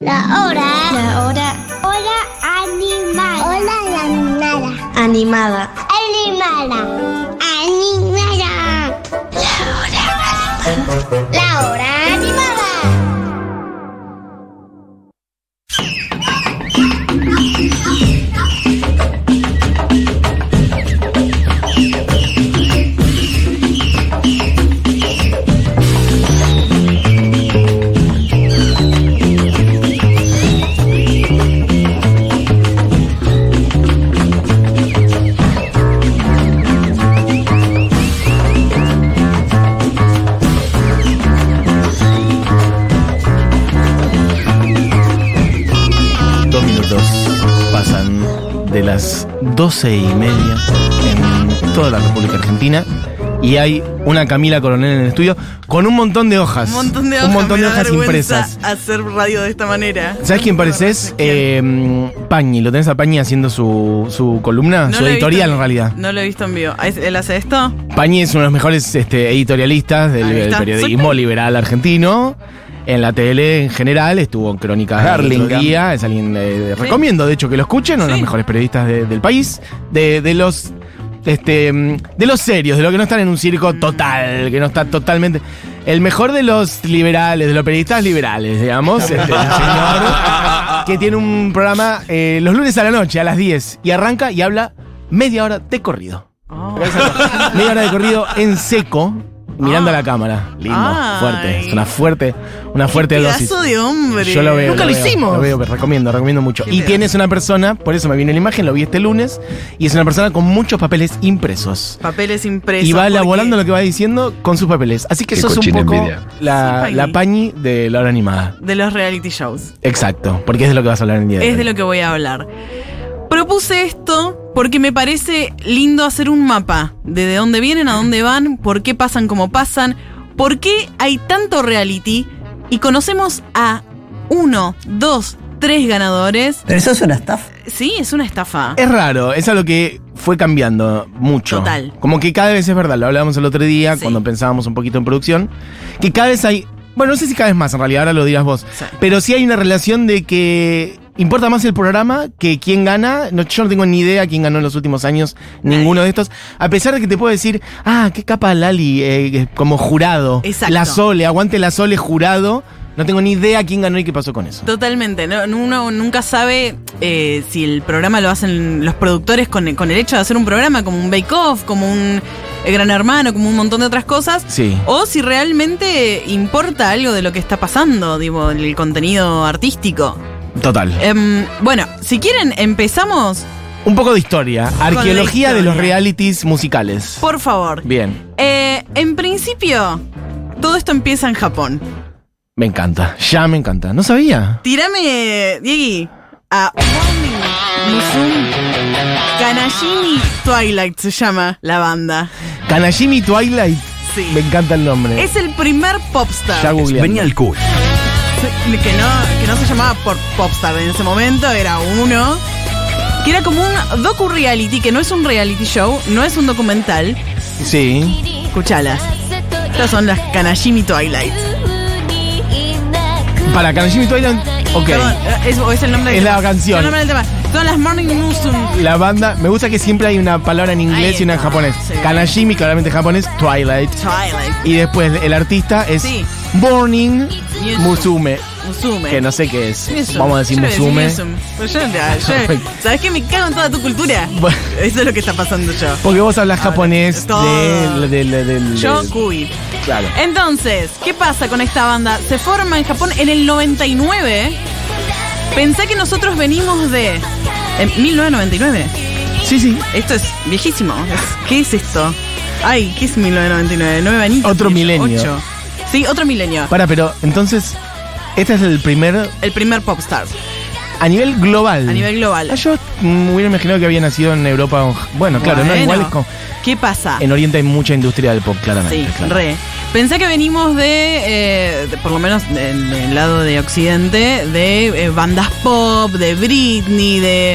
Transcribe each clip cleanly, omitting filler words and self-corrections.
La hora animada. Hora animada. La hora animada. De las 12:30 en toda la República Argentina. Y hay una Camila Coronel en el estudio con un montón de hojas. Un montón de hojas impresas. Hacer radio de esta manera. ¿Sabes quién pareces? Pañi. ¿Lo tenés a Pañi haciendo su columna? No su editorial, en realidad. No lo he visto en vivo. ¿Él hace esto? Pañi es uno de los mejores editorialistas del periodismo liberal argentino. En la tele en general, estuvo en Crónicas del otro día. Es alguien, recomiendo de hecho que lo escuchen, uno de los mejores periodistas del país. De los serios, de los que no están en un circo total, que no está totalmente. El mejor de los liberales, de los periodistas liberales, digamos. El señor que tiene un programa los lunes a la noche, a las 10, y arranca y habla media hora de corrido. Media hora de corrido en seco. Mirando a la cámara. Lindo, fuerte. Es una fuerte dosis. Pedazo de hombre. Yo lo veo. Nunca lo hicimos. Lo veo, recomiendo mucho. Y tienes una persona, por eso me vino la imagen, lo vi este lunes, y es una persona con muchos papeles impresos. Y va elaborando lo que va diciendo con sus papeles. Así que sos un poco la Pañi de la hora animada. De los reality shows. Exacto, porque es de lo que vas a hablar en el día de hoy. Es de lo que voy a hablar. Propuse esto porque me parece lindo hacer un mapa de dónde vienen, a dónde van, por qué pasan como pasan, por qué hay tanto reality y conocemos a 1, 2, 3 ganadores. ¿Pero eso es una estafa? Sí, es una estafa. Es raro, es algo que fue cambiando mucho. Total. Como que cada vez es verdad, lo hablábamos el otro día cuando pensábamos un poquito en producción, que cada vez hay, bueno, no sé si cada vez más en realidad, ahora lo dirás vos, pero sí hay una relación de que importa más el programa que quién gana. Yo no tengo ni idea quién ganó en los últimos años, ninguno de estos. A pesar de que te puedo decir, qué capa Lali, como jurado. Exacto. La Sole, aguante la Sole jurado. No tengo ni idea quién ganó y qué pasó con eso. Totalmente. Uno nunca sabe si el programa lo hacen los productores con el hecho de hacer un programa como un Bake Off, como un Gran Hermano, como un montón de otras cosas. Sí. O si realmente importa algo de lo que está pasando, digo, el contenido artístico. Total. Bueno, si quieren, empezamos. Un poco de historia. Arqueología de los realities musicales. Por favor. Bien. En principio, todo esto empieza en Japón. Me encanta. Ya me encanta. No sabía. Tírame, Diegui, a Musume Kanashimi Twilight se llama la banda. Kanashimi Twilight. Sí. Me encanta el nombre. Es el primer popstar. Ya googleé. Venía al cool. Que no se llamaba por popstar en ese momento, era uno que era como un docu-reality, que no es un reality show, no es un documental. Sí. Escuchalas. Estas son las Kanashimi Twilight. Para Kanashimi Twilight, ok. Perdón, es el nombre es la canción. Es el nombre del tema. Son las Morning Musume. La banda, me gusta que siempre hay una palabra en inglés y una en japonés. Sí. Kanashimi, claramente japonés, Twilight. Y después el artista es Morning Musume. Que no sé qué es. Vamos a decir Musume. ¿Sabes qué? Me cago en toda tu cultura. Bueno. Eso es lo que está pasando yo. Porque vos hablas japonés del yo, Kui. Claro. Entonces, ¿qué pasa con esta banda? Se forma en Japón en el 99. Pensé que nosotros venimos de... En 1999. Sí. Esto es viejísimo. ¿Qué es esto? Ay, ¿qué es 1999? 9 años. Otro milenio. 8. Sí, otro milenio. Pero entonces, este es el primer... El primer popstar. A nivel global. A nivel global. Yo me hubiera imaginado que había nacido en Europa. Bueno, claro, no igual es como... ¿Qué pasa? En Oriente hay mucha industria del pop, claramente. Sí, claro. Pensé que venimos de por lo menos en el lado de Occidente, de bandas pop, de Britney, de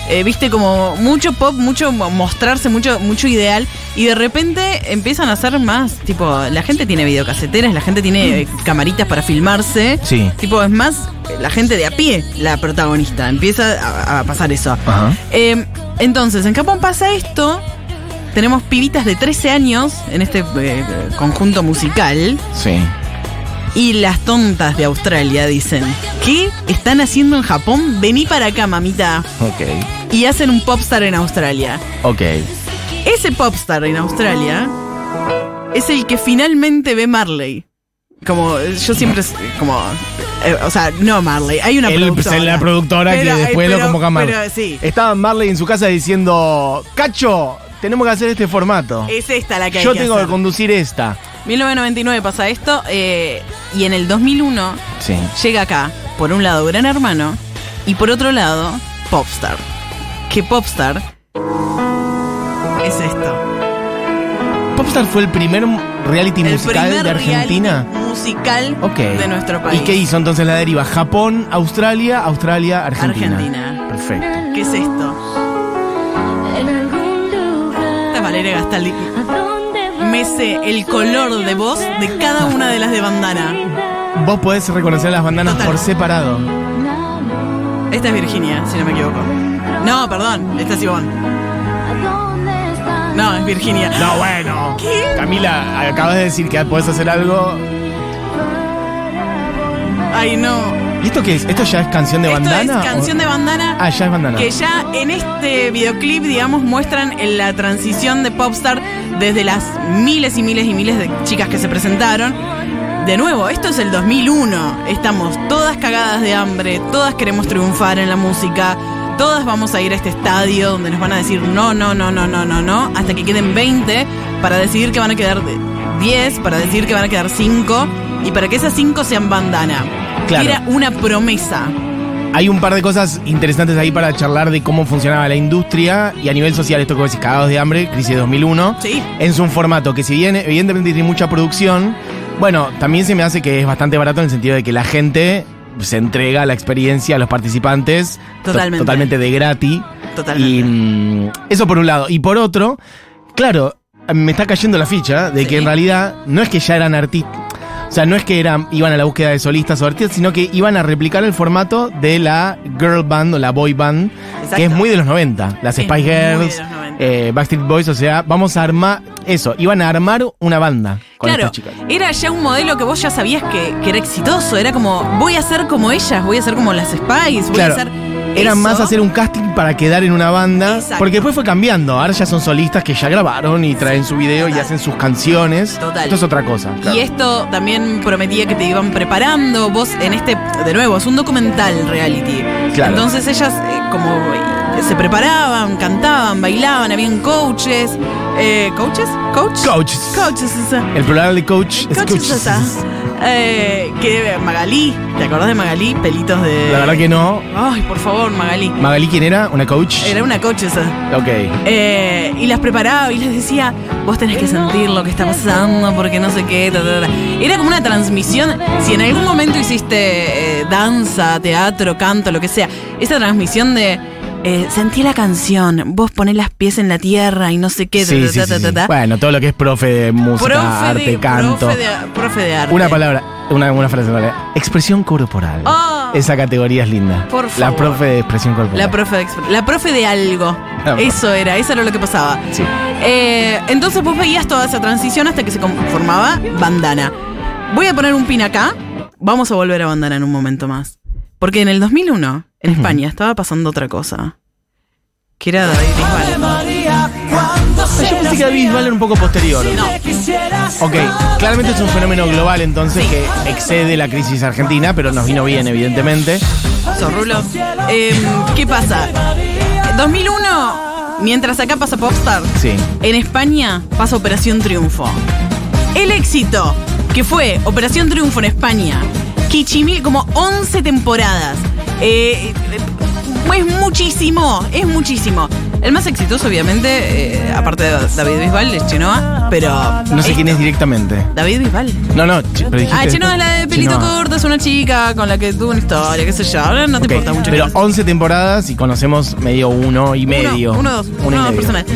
viste, como mucho pop, mucho mostrarse, mucho ideal. Y de repente empiezan a hacer más, tipo, la gente tiene videocaseteras, la gente tiene camaritas para filmarse. Sí. Tipo, es más, la gente de a pie, la protagonista. Empieza a pasar eso. Ajá. Entonces, en Japón pasa esto. Tenemos pibitas de 13 años en este conjunto musical. Sí. Y las tontas de Australia dicen, ¿qué están haciendo en Japón? Vení para acá, mamita. Ok. Y hacen un popstar en Australia. Ok. Ese popstar en Australia es el que finalmente ve Marley. Como, yo siempre, como... o sea, no Marley, hay una productora. La productora pero, que después lo convoca a Marley. Pero, sí. Estaba Marley en su casa diciendo, Cacho, tenemos que hacer este formato. Es esta la que hay Yo que tengo hacer. que conducir esta. 1999 pasa esto, y en el 2001 sí. llega acá, por un lado, Gran Hermano, y por otro lado, Popstar. Que Popstar es esto. Popstar fue el primer reality musical de Argentina. Musical de nuestro país. ¿Y qué hizo entonces la deriva? Japón, Australia, Argentina. Perfecto. ¿Qué es esto? Esta Valeria Gastaldi mece el color de voz de cada una de las de bandana. Vos podés reconocer las bandanas por separado. Esta es Virginia, si no me equivoco. No, perdón, esta es Ivonne. No, es Virginia. No, bueno. ¿Qué? Camila, acabas de decir que podés hacer algo. Ay, no. ¿Y esto qué es? ¿Esto ya es canción de bandana? Esto es canción de bandana. Ah, ya es bandana. Que ya en este videoclip, digamos, muestran la transición de Popstar desde las miles y miles y miles de chicas que se presentaron. De nuevo, esto es el 2001. Estamos todas cagadas de hambre, todas queremos triunfar en la música. Todas vamos a ir a este estadio donde nos van a decir no, hasta que queden 20 para decidir que van a quedar 10, para decidir que van a quedar 5 y para que esas 5 sean bandana. Claro. Era una promesa. Hay un par de cosas interesantes ahí para charlar de cómo funcionaba la industria y a nivel social, esto que vos decís, cagados de hambre, crisis de 2001. Sí. Es un formato que si bien evidentemente tiene mucha producción, bueno, también se me hace que es bastante barato en el sentido de que la gente se entrega a la experiencia a los participantes totalmente de gratis. Totalmente. Y eso por un lado. Y por otro, claro, me está cayendo la ficha de que en realidad no es que ya eran artistas. O sea, no es que iban a la búsqueda de solistas o artistas, sino que iban a replicar el formato de la girl band o la boy band. Exacto. Que es muy de los 90. Las Spice Girls, Backstreet Boys, o sea, vamos a armar eso. Iban a armar una banda con estas chicas. Era ya un modelo que vos ya sabías que era exitoso. Era como, voy a ser como ellas, voy a ser como las Spice, voy a hacer... Era más hacer un casting para quedar en una banda. Exacto. Porque después fue cambiando. Ahora ya son solistas que ya grabaron y traen su video y hacen sus canciones. Total. Esto es otra cosa. Claro. Y esto también prometía que te iban preparando. Vos en de nuevo, es un documental reality. Claro. Entonces ellas como se preparaban, cantaban, bailaban, habían coaches. ¿Coaches? Coaches. El plural de coach es coaches. Que Magalí, ¿te acordás de Magalí? Pelitos de... La verdad que no. Ay, por favor, Magalí. ¿Magalí quién era? ¿Una coach? Era una coach esa. Ok. Y las preparaba y les decía, vos tenés que sentir lo que está pasando porque no sé qué. Era como una transmisión. Si en algún momento hiciste danza, teatro, canto, lo que sea, esa transmisión de... sentí la canción, vos ponés las pies en la tierra y no sé qué. Sí. Bueno, todo lo que es profe de música, arte, canto. Profe de arte. Una palabra, una frase, ¿vale? Expresión corporal. Oh, esa categoría es linda. Por favor. La profe de expresión corporal. La profe de algo. Eso era lo que pasaba. Sí. Entonces vos veías toda esa transición hasta que se conformaba bandana. Voy a poner un pin acá. Vamos a volver a bandana en un momento más. Porque en el 2001, en España, estaba pasando otra cosa. Que era David Bisbal. Yo pensé que David Bisbal era un poco posterior. No. Ok, claramente es un fenómeno global entonces que excede la crisis argentina, pero nos vino bien, evidentemente. Zorrulo. ¿Qué pasa? 2001, mientras acá pasa Popstar, en España pasa Operación Triunfo. El éxito que fue Operación Triunfo en España, Kichimil, como 11 temporadas. Es muchísimo. El más exitoso, obviamente, aparte de David Bisbal, es Chenoa, pero... No sé quién es directamente. David Bisbal. No, pero dijiste... Chenoa es la de pelito corto, es una chica con la que tuvo una historia, qué sé yo. Ahora no te importa mucho. Pero 11 temporadas y conocemos medio uno y medio. Dos personas.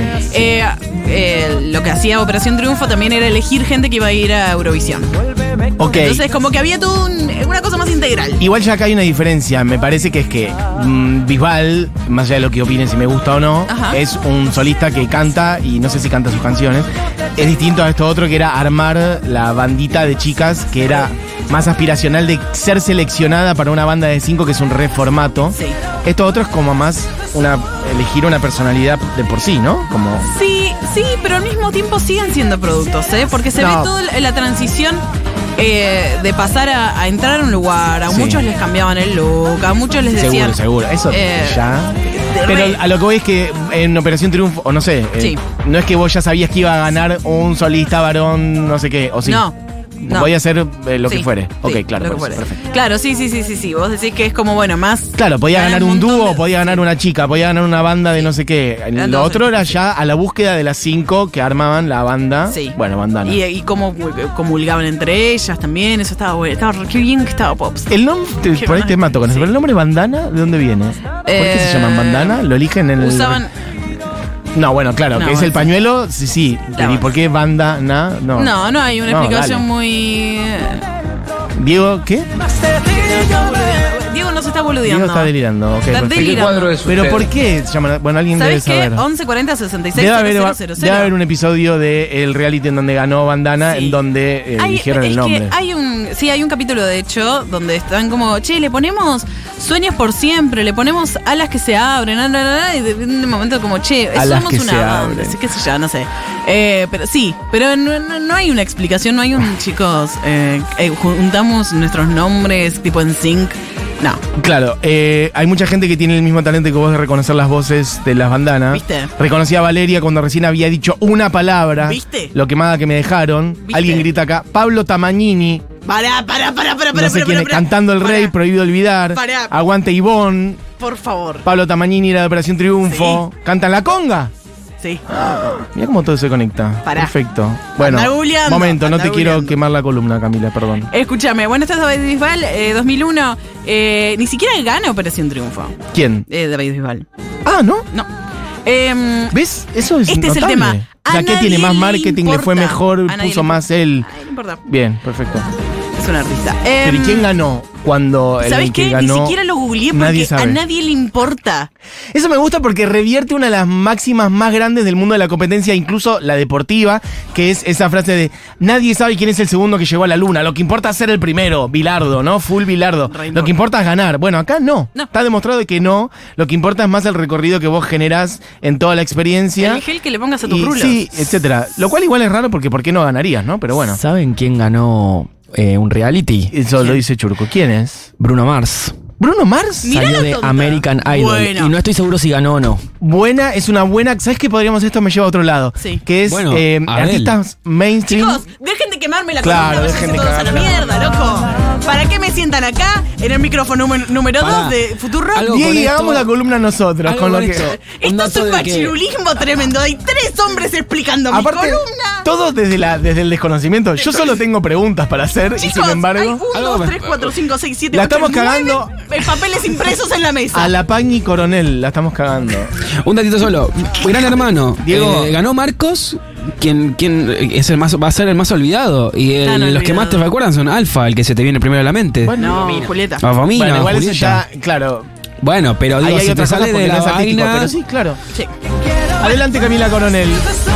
Lo que hacía Operación Triunfo también era elegir gente que iba a ir a Eurovisión. Ok. Entonces, como que había todo una cosa más integral. Igual ya acá hay una diferencia. Me parece que es que Bisbal, más allá de lo que opinen si me gusta o no, es un solista que canta y no sé si canta sus canciones. Es distinto a esto otro que era armar la bandita de chicas, que era más aspiracional de ser seleccionada para una banda de 5, que es un reformato. Sí. Esto otro es como más elegir una personalidad de por sí, ¿no? Como... Sí, pero al mismo tiempo siguen siendo productos, Porque se ve toda la transición de pasar a entrar a un lugar. A muchos les cambiaban el look, a muchos les decían... Seguro, eso ya... Pero a lo que voy es que en Operación Triunfo, o no sé, no es que vos ya sabías que iba a ganar un solista varón, no sé qué, o sí. No. Voy a hacer lo que fuere. Ok, claro, perfecto. Claro, sí. Vos decís que es como, bueno, más... Claro, podía ganar un dúo, podía ganar una chica, podía ganar una banda de no sé qué. Lo otro era ya a la búsqueda de las 5 que armaban la banda. Sí. Bueno, bandana. Y cómo comulgaban entre ellas también, eso estaba bueno. Qué bien que estaba Pops. El nombre, por ahí te mato con eso, pero el nombre bandana, ¿de dónde viene? ¿Por qué se llaman bandana? ¿Lo eligen en el...? Usaban... No, bueno, claro, que es el pañuelo, sí. ¿Y por qué bandana? No hay una explicación muy... Diego, ¿qué? Diego no se está boludeando. Diego está delirando. Okay, está delirando. Pero ¿por qué se llaman? Bueno, alguien debe saber. 1140 66 Debe haber un episodio de El Reality en donde ganó Bandana, en donde dijeron el nombre. Hay un capítulo, de hecho, donde están como, le ponemos Sueños por Siempre, le ponemos Alas que se abren, y de un momento como, somos una banda, qué sé yo, no sé. Pero no hay una explicación, no hay chicos, juntamos nuestros nombres tipo en sync. No. Claro, hay mucha gente que tiene el mismo talento que vos de reconocer las voces de las bandanas. ¿Viste? Reconocí a Valeria cuando recién había dicho una palabra. ¿Viste? Lo quemada que me dejaron. ¿Viste? Alguien grita acá. Pablo Tamagnini. Para. No sé quién es. Cantando El Rey, Prohibido Olvidar. Aguante Ivonne. Por favor. Pablo Tamagnini era de Operación Triunfo. Sí. ¿Cantan La Conga? Sí. Mira cómo todo se conecta. Perfecto. Bueno, no te quiero quemar la columna, Camila, perdón. Escúchame, bueno, esto es David Bisbal, 2001. Ni siquiera gana Operación Triunfo. ¿Quién? David Bisbal. Ah, ¿no? No. ¿Ves? Eso es este notable. Es el tema. O sea, ¿qué tiene más marketing? ¿Le fue mejor? ¿Puso más él? No importa. Bien, perfecto. Es una artista. ¿Pero y quién ganó? Cuando ¿sabés qué? Ni siquiera lo googleé porque a nadie le importa. Eso me gusta porque revierte una de las máximas más grandes del mundo de la competencia, incluso la deportiva, que es esa frase de nadie sabe quién es el segundo que llegó a la luna. Lo que importa es ser el primero, Bilardo, ¿no? Full Bilardo. Lo que importa es ganar. Bueno, acá no. Está demostrado que no. Lo que importa es más el recorrido que vos generás en toda la experiencia. El gel que le pongas a tus rulos. Sí, etcétera. Lo cual igual es raro porque ¿por qué no ganarías, no? Pero bueno. ¿Saben quién ganó un reality? Eso lo dice Churco. ¿Quién es? Bruno Mars. ¿Bruno Mars? Salió de American Idol. Bueno. Y no estoy seguro si ganó o no. Es una buena... ¿Sabes qué podríamos? Esto me lleva a otro lado. Sí. Que es artistas mainstream. Chicos, dejen de quemarme la columna, dejen todos a la mierda, loco. ¿Para qué me sientan acá en el micrófono número 2 de Futurock? Y hagamos la columna nosotros. Con lo que... Esto es un machirulismo tremendo. Hay 3 hombres explicando mi columna. Todo desde el desconocimiento. Yo solo tengo preguntas para hacer. Chicos, y sin embargo... hay 1, 2, 3, 4, 5, 6, 7, 8, la estamos cagando. Papeles impresos en la mesa. A la Pañi Coronel la estamos cagando. Un datito solo. Gran Hermano. Diego. Ganó Marcos, quien es el más, va a ser el más olvidado. Y los que más te recuerdan son Alfa, el que se te viene primero a la mente. Bueno, Julieta. Famina, bueno, igual Julieta. Eso ya, claro. Bueno, pero digo, si te sale de la vaina... Pero sí, claro. Sí. Adelante, Camila Coronel.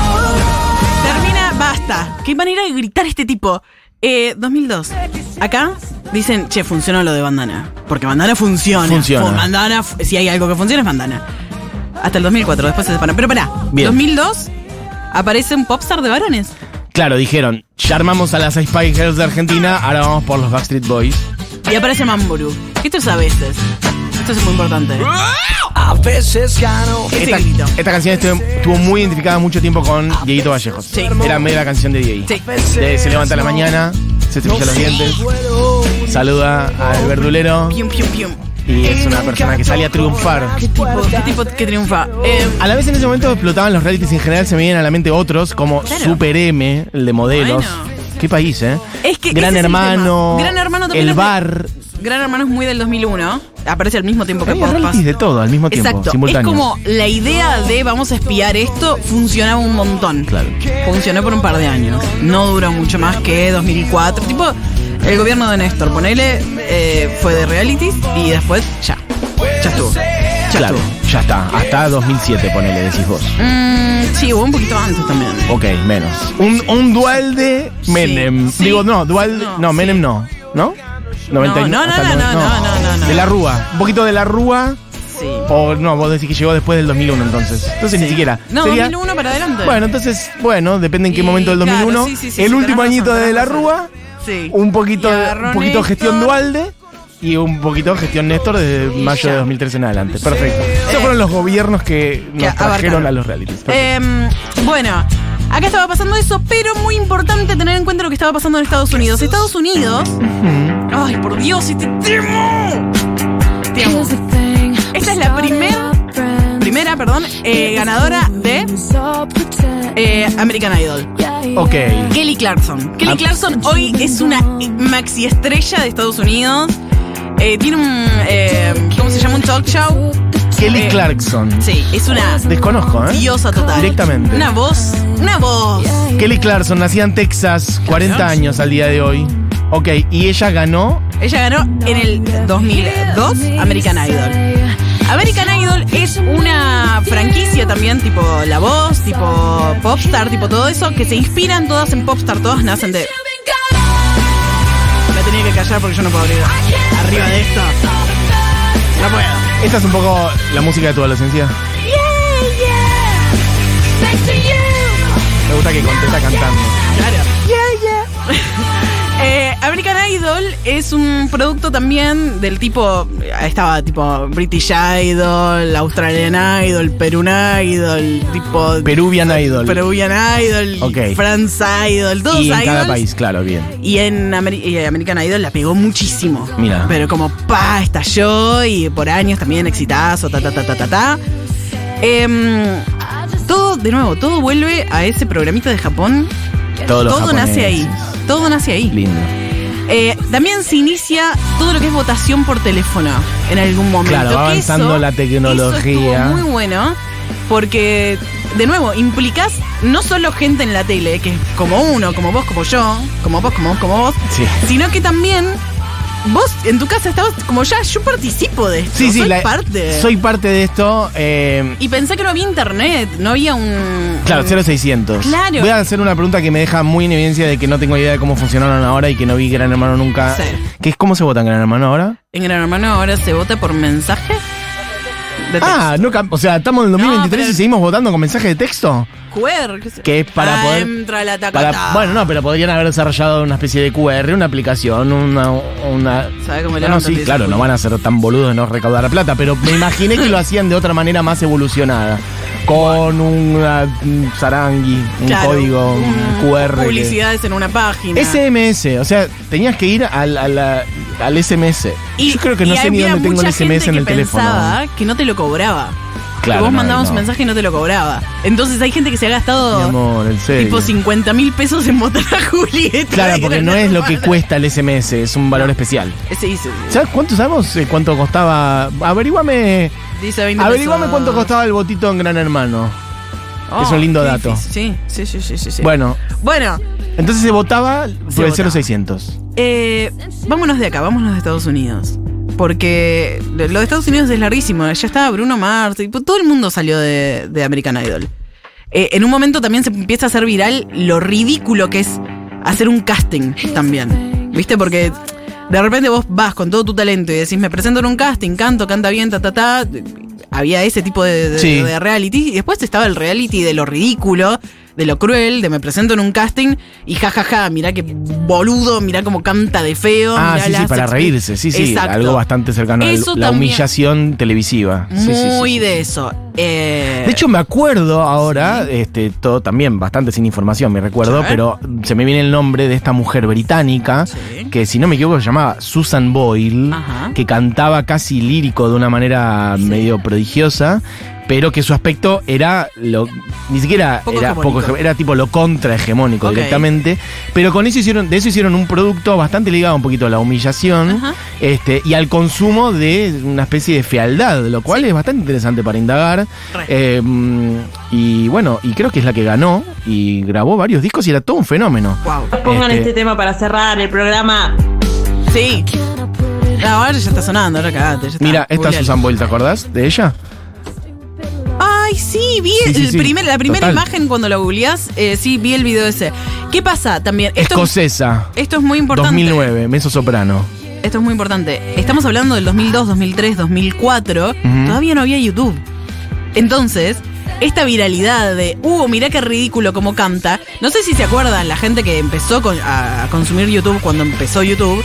Termina, basta. Qué manera de gritar este tipo. 2002. Acá dicen, funcionó lo de Bandana. Porque Bandana funciona. Bandana, si hay algo que funciona es Bandana. Hasta el 2004, después se separan. Pero pará, 2002 aparece un popstar de varones. Claro, dijeron, ya armamos a las Spice Girls de Argentina, ahora vamos por los Backstreet Boys. Y aparece Mambrú. Esto es a veces. Esto es muy importante. A veces gano. Esta canción estuvo muy identificada mucho tiempo con Dieguito Vallejos. Sí. Era media canción de Diego. Sí. Se levanta a la mañana, se cepilla los dientes, saluda al verdulero. Pium, pium, pium. Y es una persona que sale a triunfar. ¿Qué tipo que triunfa? A la vez en ese momento explotaban los realities en general, se me vienen a la mente otros como Super M, el de modelos. Bueno. Qué país, ¿eh? Es que Gran Hermano, Gran Hermano también El Bar. Gran Hermano es muy del 2001. Aparece al mismo tiempo que Había realities de todo al mismo tiempo, Exacto. simultáneo. Es como la idea de vamos a espiar esto funcionaba un montón. Claro. Funcionó por un par de años. No duró mucho más que 2004. Tipo, el gobierno de Néstor, ponele, fue de realities y después ya estuvo. Claro, ya está. Hasta 2007, ponele, decís vos. Sí, hubo un poquito antes también. Ok, menos. Un dual de Menem. Sí. Digo, no, dual. No, Menem no. ¿No? 99, No. De la Rúa. Un poquito de la Rúa. Sí. O no, vos decís que llegó después del 2001 entonces. Entonces ni siquiera. No, Sería, 2001 para adelante. Bueno, entonces, depende en qué Y momento del 2001. claro, sí, el último tenés añito razón, de la tenés Rúa. razón. Sí. Un poquito Y agarró gestión Néstor. Dualde. Y un poquito gestión Néstor desde mayo ya. de 2013 en adelante. Perfecto. Esos fueron los gobiernos que nos trajeron abarcaron. a los realities. Perfecto. Bueno, acá estaba pasando eso, pero muy importante tener en cuenta lo que estaba pasando en Estados Unidos. Estados Unidos. Ay, por Dios, te amo. Te amo. Esta es la primera, ganadora de American Idol. Ok. Kelly Clarkson. Kelly Clarkson hoy es una maxi estrella de Estados Unidos. Tiene un, ¿cómo se llama? Un talk show. Kelly Clarkson. Sí, es una Desconozco, ¿eh? diosa total. Directamente. Una voz. Kelly Clarkson nacía en Texas, 40 años al día de hoy. Ok, y ella ganó. Ella ganó en el 2002 American Idol. American Idol es una franquicia también, tipo La Voz, tipo Popstar, tipo todo eso, que se inspiran todas en Popstar, todas nacen de... Me tenía que callar porque yo no puedo abrir arriba de esto. No puedo. Esta es un poco la música de tu adolescencia. Me gusta que contesta cantando. Claro. American Idol es un producto también del tipo, estaba tipo British Idol, Australian Idol, Peruvian Idol, tipo Peruvian Idol. Ok. France Idol, todos Y en idols. cada país, claro, bien. Y en American Idol la pegó muchísimo. Mira. Pero como estalló y por años también exitazo, todo, de nuevo, todo vuelve a ese programita de Japón. Todo nace ahí. Todo nace ahí. Lindo. También se inicia todo lo que es votación por teléfono en algún momento. Claro, va avanzando la tecnología. Eso estuvo muy bueno porque, de nuevo, implicás no solo gente en la tele, que es como uno, como vos, como yo, como vos, Sí. sino que también vos en tu casa estabas como yo participo de esto, Sí, soy parte. Soy parte de esto. Y pensé que no había internet, no había un... Claro, 0600. Claro. Voy a hacer una pregunta que me deja muy en evidencia de que no tengo idea de cómo funcionaron ahora y que no vi Gran Hermano nunca. Sí. ¿Qué es cómo se vota en Gran Hermano ahora? En Gran Hermano ahora se vota por mensaje de texto. O sea, estamos en el 2023 pero- y seguimos votando con mensaje de texto. QR, ¿qué sé? Que es para poder. Entra la tacata. Bueno, no, pero podrían haber desarrollado una especie de QR, una aplicación, una. ¿Sabe cómo le No, hago sí, tanto claro, ese no van a ser tan boludos de no recaudar plata, pero me imaginé que lo hacían de otra manera más evolucionada. Con un zarangui, un Claro, código, un QR. que- Publicidades en una página. SMS, o sea, tenías que ir al SMS. Yo creo que no sé ni había dónde tengo el mucha SMS gente en el que teléfono. pensaba que no te lo cobraba. Claro, que vos no, mandabas no. un mensaje y no te lo cobraba. Entonces hay gente que se ha Mi gastado amor, en serio. tipo 50.000 pesos en votar a Julieta. Claro, porque Era no es lo que hermana. cuesta el SMS, es un valor especial. Ese dice. ¿Sabes cuánto sabemos cuánto costaba? Averiguame Dice 20 Averiguame pesos. cuánto costaba el votito en Gran Hermano. Oh, es un lindo qué dato. difícil. Sí. Bueno, Bueno, entonces se votaba por el votaba. 0600. vámonos de acá, vámonos de Estados Unidos. Porque lo de Estados Unidos es larguísimo. Ya estaba Bruno Mars, y todo el mundo salió de American Idol. En un momento también se empieza a hacer viral lo ridículo que es hacer un casting también. ¿Viste? Porque de repente vos vas con todo tu talento y decís, me presento en un casting, canta bien, Había ese tipo Sí. de reality. Y después estaba el reality de lo ridículo, de lo cruel, de me presento en un casting y jajaja, mirá qué boludo, mirá cómo canta de feo. Ah, mirá sí, las para reírse, sí, Exacto. algo bastante cercano a Eso la también. humillación televisiva. Sí, Muy sí. de eso. De hecho, me acuerdo ahora, todo también bastante sin información, me recuerdo, pero se me viene el nombre de esta mujer británica, que si no me equivoco se llamaba Susan Boyle, que cantaba casi lírico de una manera medio prodigiosa, pero que su aspecto era ni siquiera era tipo lo contrahegemónico directamente, pero con eso hicieron un producto bastante ligado un poquito a la humillación y al consumo de una especie de fealdad, lo cual es bastante interesante para indagar. Y bueno, y creo que es la que ganó y grabó varios discos y era todo un fenómeno. Pongan este tema para cerrar el programa. Sí. Ahora ya está sonando, ahora cagate. Mira, esta es Susan Boyle, ¿te acordás de ella? Ay, sí, vi la primera imagen cuando la googleás. Sí, vi el video ese. ¿Qué pasa también? Escocesa. Esto es muy importante. 2009, mezzosoprano. Esto es muy importante. Estamos hablando del 2002, 2003, 2004. Todavía no había YouTube. Entonces, esta viralidad de, mirá qué ridículo cómo canta. No sé si se acuerdan la gente que empezó a consumir YouTube cuando empezó YouTube.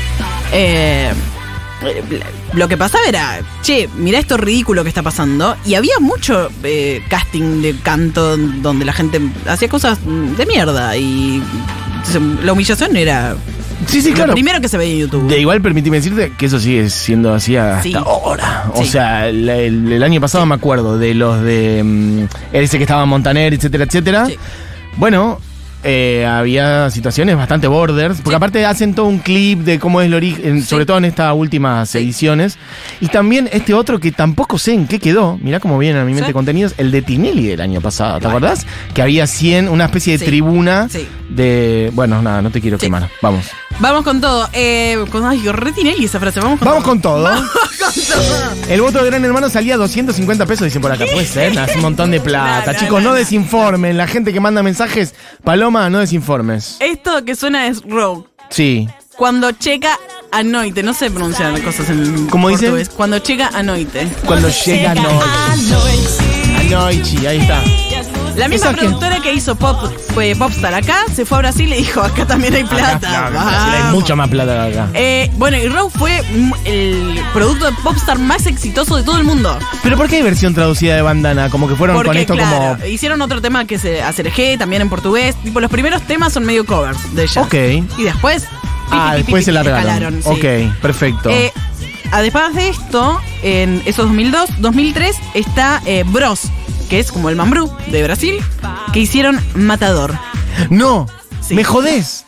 Lo que pasaba era, mirá esto ridículo que está pasando. Y había mucho casting de canto donde la gente hacía cosas de mierda. Y la humillación era claro. Lo primero que se veía en YouTube. De igual, permitime decirte que eso sigue siendo así hasta ahora. O sea, el año pasado me acuerdo de los de ese que estaba en Montaner, etcétera, etcétera. Sí. Bueno, había situaciones bastante borders, porque aparte hacen todo un clip de cómo es el origen, sobre todo en estas últimas ediciones. Y también este otro que tampoco sé en qué quedó, mirá cómo vienen a mi mente contenidos, el de Tinelli del año pasado, ¿te acordás? Que había una especie de tribuna de... Bueno, nada, no te quiero quemar, vamos. Vamos con todo. Re Tinelli esa frase, vamos con todo. El voto de Gran Hermano salía a 250 pesos, dicen por acá. Puede ser, hace un montón de plata. Chicos, no desinformen. La gente que manda mensajes, Paloma, no desinformes. Esto que suena es Rogue. Sí. Cuando checa a noite. No sé pronunciar cosas en ¿cómo portugués. Dice? Cuando llega a noite. Cuando llega a noite. A noite, ahí está. La misma productora que hizo Popstar acá, se fue a Brasil y dijo, acá también hay plata. Hay mucha más plata acá. Bueno, y Rogue fue el producto de Popstar más exitoso de todo el mundo. ¿Pero por qué hay versión traducida de Bandana? Como que fueron con esto como... hicieron otro tema que se ACRG, también en portugués. Tipo, los primeros temas son medio covers de ella. Ok. Y después... después se largaron. Sí. Ok, perfecto. Además de esto, en esos 2002, 2003 está Bros, que es como el Mambrú de Brasil, que hicieron Matador. ¡No! Sí. ¡Me jodés!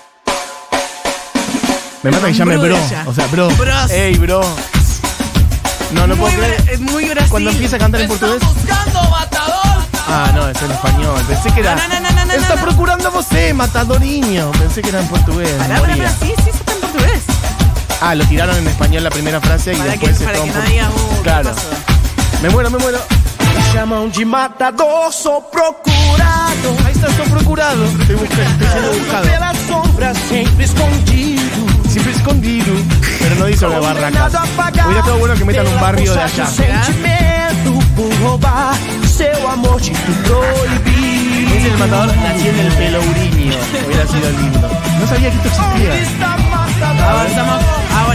Me mata que llame Bro. O sea, Bro. Bros. ¡Ey, Bro! No puedo creer. Es muy Brasil. Cuando empieza a cantar en portugués. Buscando Matador. No, es en español. Pensé que era... No. Está procurando você, Matadoriño. Pensé que era en portugués. Sí, está en portugués. Lo tiraron en español la primera frase y después se para que no diga, claro. Me muero. Me llaman de matador, sou procurado. Ahí está, soy procurado. Estoy siendo buscado. Pelas sombras, siempre escondido. Pero no dice de barracas. Hubiera estado bueno que metan un barrio de allá. Sentimento por roubar seu amor te proibir. Es el matador nació en el Pelourinho. Hubiera sido lindo. No sabía que esto existía. Avanzamos ahora.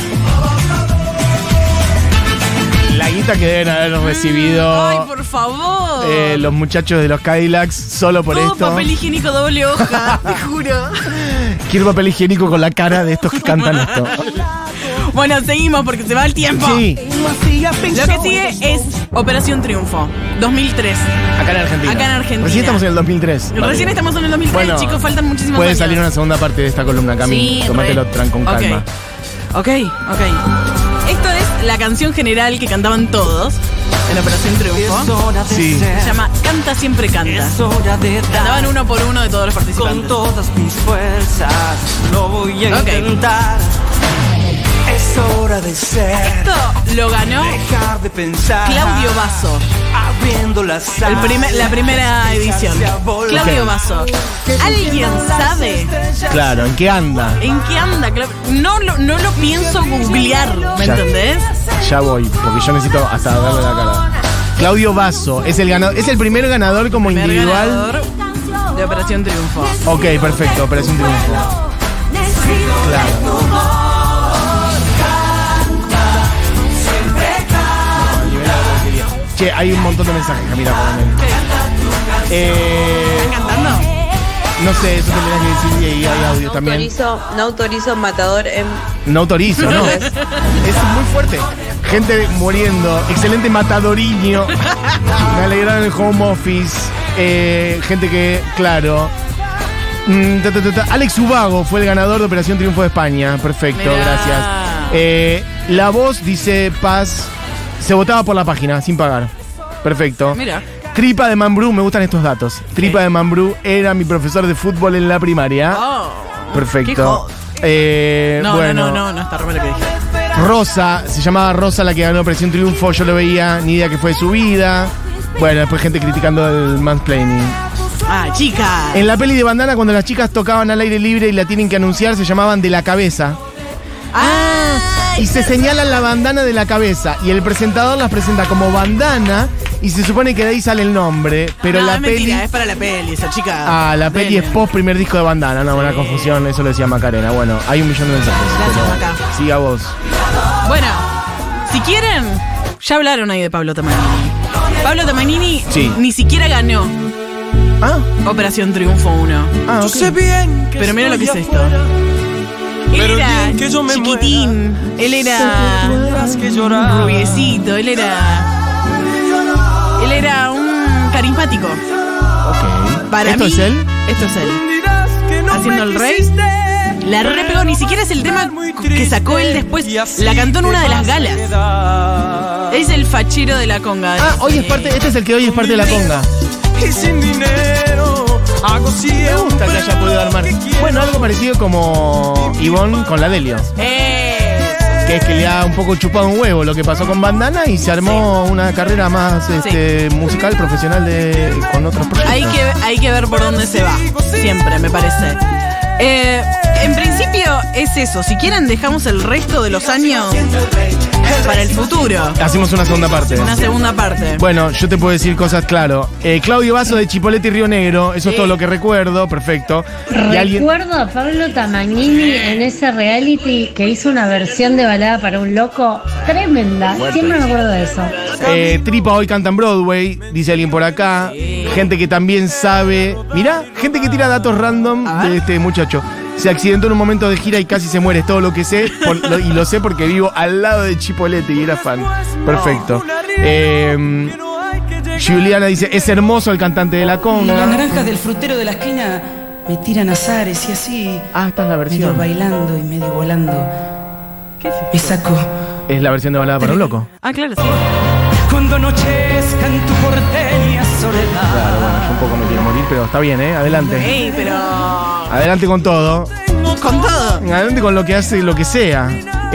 La guita que deben haber recibido. Ay, por favor. Los muchachos de los Cadillacs solo por todo esto. Papel higiénico doble hoja, te juro. Quiero papel higiénico con la cara de estos que cantan esto. Bueno, seguimos porque se va el tiempo. Sí. Lo que sigue es Operación Triunfo, 2003. Acá en Argentina. Recién estamos en el 2003. Recién estamos en el 2003, bueno, chicos, faltan muchísimos puede años. Salir una segunda parte de esta columna, Cami. Sí, tómatelo con calma. Ok. Esto es la canción general que cantaban todos en Operación Triunfo. Sí. Se llama Canta Siempre Canta. Cantaban uno por uno de todos los participantes. Con todas mis fuerzas lo voy a intentar. Es hora de ser. Esto lo ganó Dejar de pensar. Claudio Basso. Abriendo las la primera edición. Claudio Basso. ¿Alguien sabe? Claro, ¿en qué anda? No lo pienso googlear, ¿me entendés? Ya voy, porque yo necesito hasta darle la cara. Claudio Basso es el primer ganador como individual ganador de Operación Triunfo. Ok, perfecto, Operación Triunfo. Claro. Che, hay un montón de mensajes, Camila. ¿Están cantando? No sé, eso tendrás que decir y hay audio también. No autorizo matador en... No autorizo, ¿no? Es muy fuerte. Gente muriendo. Excelente matadoriño. Me alegraron el home office. Gente que, claro. Alex Ubago fue el ganador de Operación Triunfo de España. Perfecto, Mirá. gracias. La Voz, dice Paz, se votaba por la página, sin pagar. Perfecto. Mira. Tripa de Mambrú, me gustan estos datos. Tripa de Mambrú era mi profesor de fútbol en la primaria. Oh, perfecto. No, bueno. no, está re mal lo que dije. Rosa, se llamaba Rosa la que ganó Operación Triunfo, yo lo veía, ni idea que fue de su vida. Bueno, después gente criticando el mansplaining. Ah, chica. En la peli de Bandana, cuando las chicas tocaban al aire libre y la tienen que anunciar, se llamaban De la Cabeza. Y se señalan la bandana de la cabeza. Y el presentador las presenta como bandana. Y se supone que de ahí sale el nombre. Pero no, la es peli. mentira, es para la peli, esa chica. La peli es post primer disco de Bandana. No, una confusión, eso lo decía Macarena. Bueno, hay un millón de mensajes. Gracias, Maca. Siga vos. Bueno, si quieren, ya hablaron ahí de Pablo Tamagnini. Pablo Tamagnini ni siquiera ganó Operación Triunfo 1. Yo sé bien que pero mira lo que es esto. Él era chiquitín, él era rubiecito, él era un carismático. Ok. Para ¿Esto mí, es él? Esto es él. Haciendo el rey. La repegó, ni siquiera es el tema que sacó él después. La cantó en una de las galas. Es el fachero de la conga. Hoy es parte, este es el que hoy es parte de la conga. Y sin dinero hago Me gusta que haya podido armar. Bueno, algo parecido como Ivonne con la Delio. Que es que le ha un poco chupado un huevo lo que pasó con Bandana y se armó una carrera más musical, profesional con otros proyectos. Hay que ver por dónde se va. Siempre, me parece. En principio es eso. Si quieren, dejamos el resto de los años para el futuro. Hacemos una segunda parte. Una segunda parte. Bueno, yo te puedo decir cosas, claro. Claudio Basso de Chipolete y Río Negro. Eso es todo lo que recuerdo. Perfecto. Recuerdo a Pablo Tamagnini en ese reality que hizo una versión de Balada para un Loco tremenda. Siempre me acuerdo de eso. Tripa hoy canta en Broadway, dice alguien por acá. Gente que también sabe. Mirá, gente que tira datos random de este muchacho. Se accidentó en un momento de gira y casi se muere. Es todo lo que sé. Y lo sé porque vivo al lado de Chipolete y era fan. Perfecto. Juliana dice, es hermoso el cantante de la conga. Las naranjas del frutero de la esquina me tiran azares y así. Esta es la versión. Medio bailando y medio volando. ¿Qué es esto? Me saco. Es la versión de Balada para un Loco. Claro, sí. Cuando anochezca en tu porteña soledad. Claro, bueno, yo un poco me quiero morir, pero está bien, adelante. Pero... Adelante con todo. Con todo. Adelante con lo que hace, lo que sea.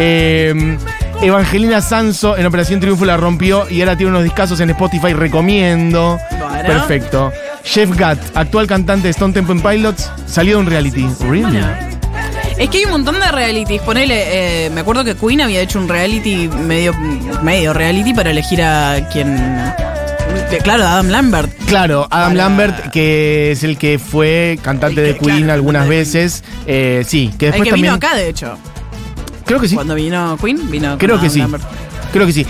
Evangelina Sanso en Operación Triunfo la rompió y ahora tiene unos discazos en Spotify, recomiendo. Bueno. Perfecto. Jeff Gatt, actual cantante de Stone Temple Pilots, salió de un reality. ¿Really? Bueno. Es que hay un montón de realities. Ponele, me acuerdo que Queen había hecho un reality, medio reality, para elegir a quien... Claro, Adam Lambert. Claro, Adam Lambert, que es el que fue cantante de Queen algunas veces. Sí, que después el que también... vino acá, de hecho. Creo que sí. Cuando vino Queen, vino Creo con que Adam sí. Lambert. Creo que sí.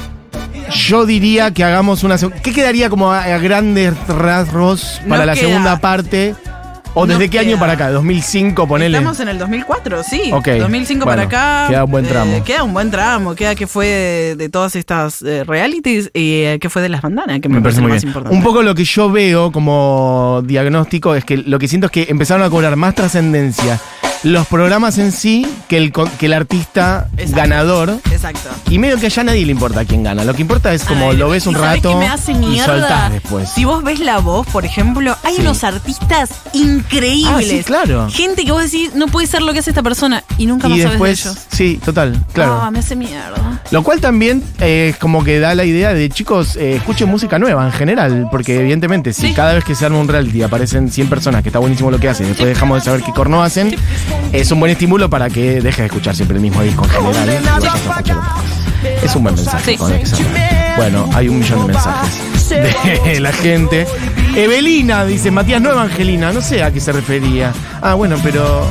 Yo diría que hagamos una... ¿Qué quedaría como a grandes rasgos para la segunda parte? ¿O desde qué año para acá? ¿2005, ponele? Estamos en el 2004, sí. Ok. 2005 Bueno, para acá. queda un buen tramo. Queda un buen tramo. Queda que fue de todas estas realities y que fue de las bandanas, que me parece muy más bien. importante. Un poco lo que yo veo como diagnóstico es que lo que siento es que empezaron a cobrar más trascendencia los programas en sí que el artista ganador. Exacto. Y medio que allá a nadie le importa quién gana. Lo que importa es como lo ves un rato qué me hace y mierda? soltás después. Si vos ves La Voz, por ejemplo, hay unos artistas increíbles. Sí, claro. Gente que vos decís, no puede ser lo que hace esta persona y nunca más sabes después, de ellos. Sí, total, claro. Me hace mierda. Lo cual también es como que da la idea de, chicos, escuchen música nueva en general, porque evidentemente si cada vez que se arma un reality aparecen 100 personas, que está buenísimo lo que hacen, y después dejamos de saber qué corno hacen, es un buen estímulo para que dejes de escuchar siempre el mismo disco en general y vayas a escuchar otras cosas. Es un buen mensaje. Bueno, hay 1 millón de mensajes de la gente. Evelina dice, Matías, no Evangelina, no sé a qué se refería. Bueno, pero...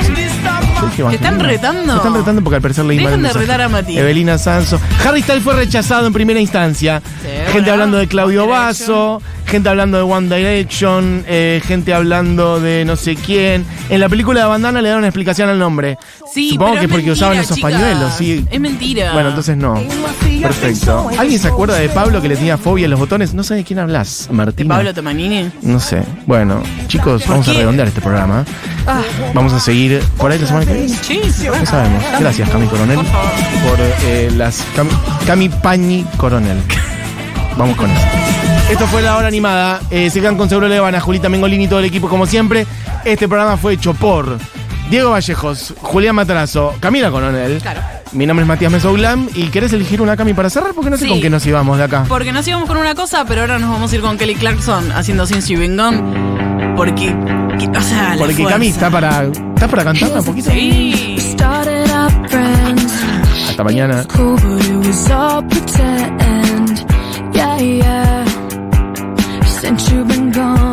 ¿Te están retando? Me están retando porque al parecer leí mal el Dejen de mensaje. retar a Matías. Evelina Sanso. Harry Styles fue rechazado en primera instancia. Gente hablando de Claudio Basso, gente hablando de One Direction, gente hablando de no sé quién. En la película de Bandana le dan una explicación al nombre. Sí, supongo pero que es porque mentira, usaban esos chicas. pañuelos, sí. Es mentira. Bueno, entonces no. Perfecto. ¿Alguien se acuerda de Pablo que le tenía fobia a los botones? No sé de quién hablas, Martín. ¿De Pablo Tomanini? No sé. Bueno, chicos, vamos a redondear este programa. Vamos a seguir por ahí la semana que viene. Sí, No sabemos. Gracias, Cami Coronel, por las Cami Pañi Coronel. Vamos con eso. Esto fue La Hora Animada. Se quedan con Seguro Levana, Julita Mengolini y todo el equipo como siempre. Este programa fue hecho por Diego Vallejos, Julián Matarazo, Camila Coronel. Claro. Mi nombre es Matías Mesoulán. ¿Y querés elegir una, Cami, para cerrar? Porque no sé con qué nos íbamos de acá. Porque nos íbamos con una cosa, pero ahora nos vamos a ir con Kelly Clarkson haciendo Since You've Been Gone. Porque, o sea, porque Cami está para cantarla un poquito. Sí. Hasta mañana.